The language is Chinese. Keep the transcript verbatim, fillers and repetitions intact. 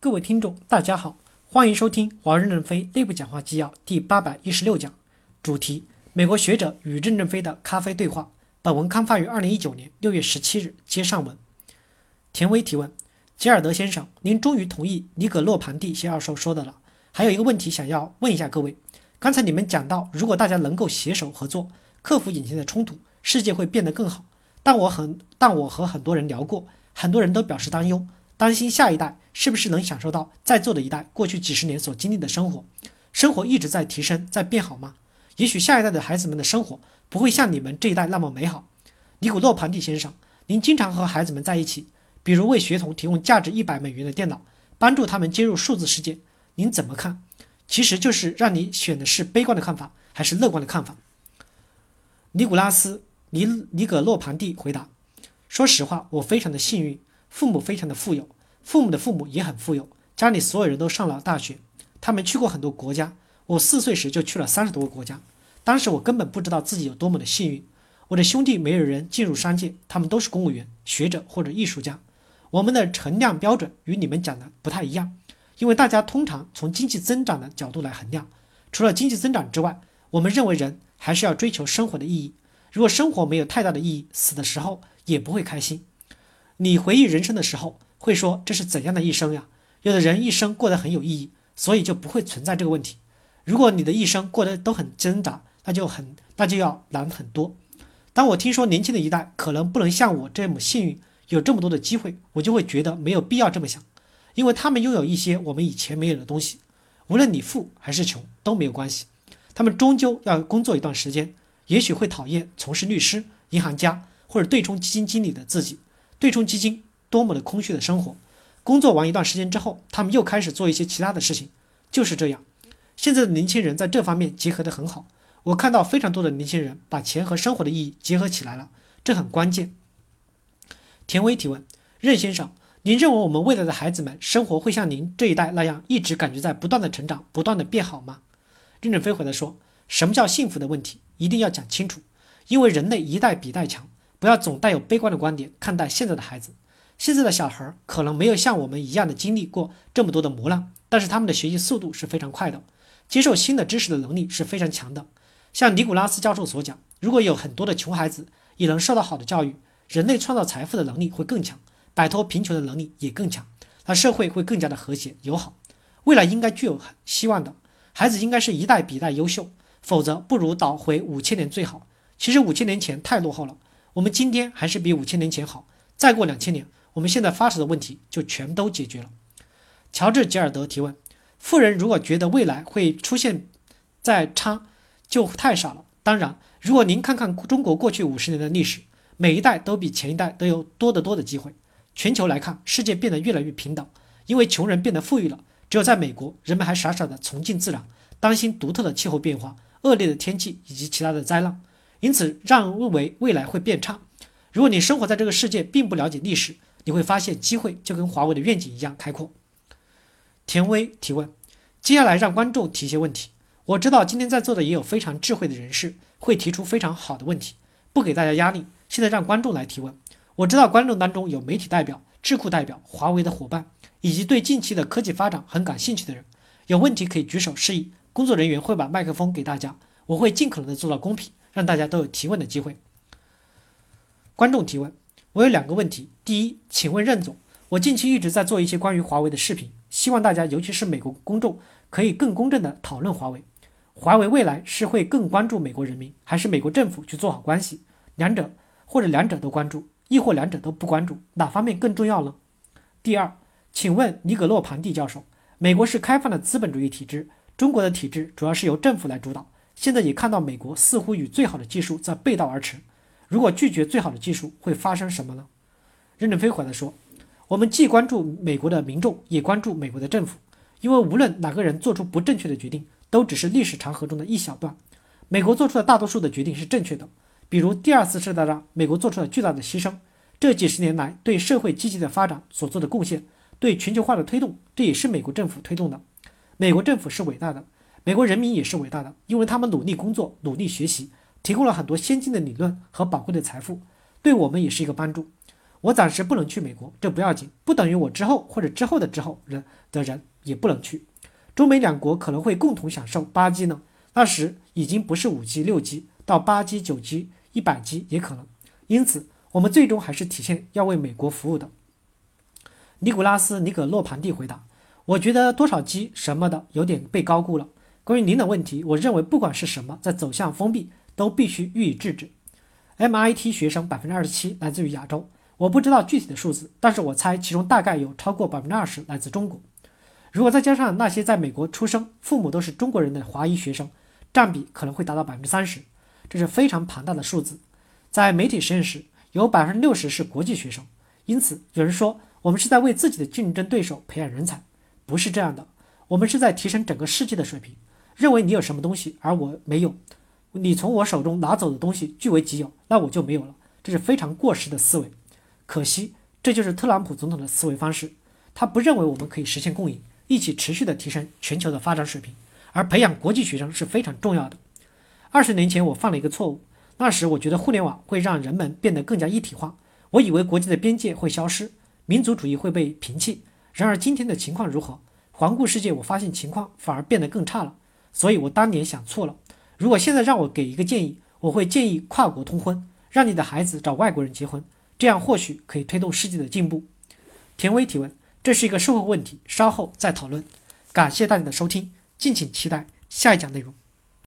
各位听众，大家好，欢迎收听华任正非内部讲话纪要第八百一十六讲，主题：美国学者与任正非的咖啡对话。本文刊发于二零一九年六月十七日，接上文。田威提问：吉尔德先生，您终于同意尼格洛庞蒂教授说的了。还有一个问题想要问一下各位，刚才你们讲到，如果大家能够携手合作，克服眼前的冲突，世界会变得更好。但我很，但我和很多人聊过，很多人都表示担忧。担心下一代是不是能享受到在座的一代过去几十年所经历的生活，生活一直在提升，在变好吗？也许下一代的孩子们的生活不会像你们这一代那么美好。尼古洛庞蒂先生，您经常和孩子们在一起，比如为学童提供价值一百美元的电脑，帮助他们接入数字世界，您怎么看？其实就是让你选的是悲观的看法还是乐观的看法？尼古拉斯尼尼格洛庞蒂回答：说实话，我非常的幸运，父母非常的富有，父母的父母也很富有，家里所有人都上了大学，他们去过很多国家。我四岁时就去了三十多个国家，当时我根本不知道自己有多么的幸运。我的兄弟没有人进入商界，他们都是公务员、学者或者艺术家。我们的衡量标准与你们讲的不太一样，因为大家通常从经济增长的角度来衡量。除了经济增长之外，我们认为人还是要追求生活的意义。如果生活没有太大的意义，死的时候也不会开心。你回忆人生的时候会说这是怎样的一生呀？有的人一生过得很有意义，所以就不会存在这个问题。如果你的一生过得都很挣扎，那就很那就要难很多。当我听说年轻的一代可能不能像我这么幸运，有这么多的机会，我就会觉得没有必要这么想，因为他们拥有一些我们以前没有的东西。无论你富还是穷都没有关系，他们终究要工作一段时间，也许会讨厌从事律师、银行家或者对冲基金经理的自己。对冲基金多么的空虚的生活，工作完一段时间之后，他们又开始做一些其他的事情，就是这样。现在的年轻人在这方面结合得很好，我看到非常多的年轻人把钱和生活的意义结合起来了，这很关键。田威提问：任先生，您认为我们未来的孩子们生活会像您这一代那样一直感觉在不断的成长，不断的变好吗？任正非回答说：什么叫幸福的问题一定要讲清楚，因为人类一代比一代强，不要总带有悲观的观点看待现在的孩子。现在的小孩可能没有像我们一样的经历过这么多的磨难，但是他们的学习速度是非常快的，接受新的知识的能力是非常强的。像尼古拉斯教授所讲，如果有很多的穷孩子也能受到好的教育，人类创造财富的能力会更强，摆脱贫穷的能力也更强，那社会会更加的和谐友好，未来应该具有希望的。孩子应该是一代比一代优秀，否则不如倒回五千年最好。其实五千年前太落后了，我们今天还是比五千年前好，再过两千年，我们现在发愁的问题就全都解决了。乔治·吉尔德提问：富人如果觉得未来会出现再差，就太傻了。当然，如果您看看中国过去五十年的历史，每一代都比前一代都有多得多的机会。全球来看，世界变得越来越平等，因为穷人变得富裕了。只有在美国，人们还傻傻的崇敬自然，担心独特的气候变化、恶劣的天气以及其他的灾难，因此让认为未来会变差。如果你生活在这个世界并不了解历史，你会发现机会就跟华为的愿景一样开阔。田威提问：接下来让观众提一些问题。我知道今天在座的也有非常智慧的人士，会提出非常好的问题，不给大家压力。现在让观众来提问。我知道观众当中有媒体代表、智库代表、华为的伙伴，以及对近期的科技发展很感兴趣的人，有问题可以举手示意，工作人员会把麦克风给大家，我会尽可能的做到公平，让大家都有提问的机会。观众提问：我有两个问题。第一，请问任总，我近期一直在做一些关于华为的视频，希望大家尤其是美国公众可以更公正的讨论华为。华为未来是会更关注美国人民，还是美国政府去做好关系？两者或者两者都关注，亦或两者都不关注，哪方面更重要呢？第二，请问尼格洛庞蒂教授，美国是开放的资本主义体制，中国的体制主要是由政府来主导，现在也看到美国似乎与最好的技术在背道而驰，如果拒绝最好的技术会发生什么呢？任正非回答说：我们既关注美国的民众，也关注美国的政府，因为无论哪个人做出不正确的决定，都只是历史长河中的一小段。美国做出的大多数的决定是正确的，比如第二次世界大战，美国做出了巨大的牺牲，这几十年来对社会积极的发展所做的贡献，对全球化的推动，这也是美国政府推动的。美国政府是伟大的，美国人民也是伟大的，因为他们努力工作，努力学习，提供了很多先进的理论和宝贵的财富，对我们也是一个帮助。 我暂时不能去美国，这不要紧，不等于我之后或者之后的之后人的人也不能去。中美两国可能会共同享受八 G 呢，那时已经不是五 G、六 G，到八 G、九 G、一百 G 也可能。因此，我们最终还是体现要为美国服务的。尼古拉斯·尼葛洛庞蒂回答：我觉得多少 G 什么的有点被高估了。关于您的问题，我认为不管是什么，在走向封闭都必须予以制止。M I T 学生 百分之二十七 来自于亚洲，我不知道具体的数字，但是我猜其中大概有超过 百分之二十 来自中国。如果再加上那些在美国出生、父母都是中国人的华裔学生，占比可能会达到 百分之三十， 这是非常庞大的数字。在媒体实验室，有 百分之六十 是国际学生，因此有人说我们是在为自己的竞争对手培养人才，不是这样的，我们是在提升整个世界的水平。认为你有什么东西而我没有，你从我手中拿走的东西据为己有，那我就没有了，这是非常过时的思维。可惜这就是特朗普总统的思维方式，他不认为我们可以实现共赢，一起持续的提升全球的发展水平，而培养国际学生是非常重要的。二十年前我犯了一个错误，那时我觉得互联网会让人们变得更加一体化，我以为国际的边界会消失，民族主义会被摒弃。然而今天的情况如何？环顾世界，我发现情况反而变得更差了。所以我当年想错了。如果现在让我给一个建议，我会建议跨国通婚，让你的孩子找外国人结婚，这样或许可以推动世界的进步。田薇提问：这是一个社会问题，稍后再讨论。感谢大家的收听，敬请期待下一讲内容。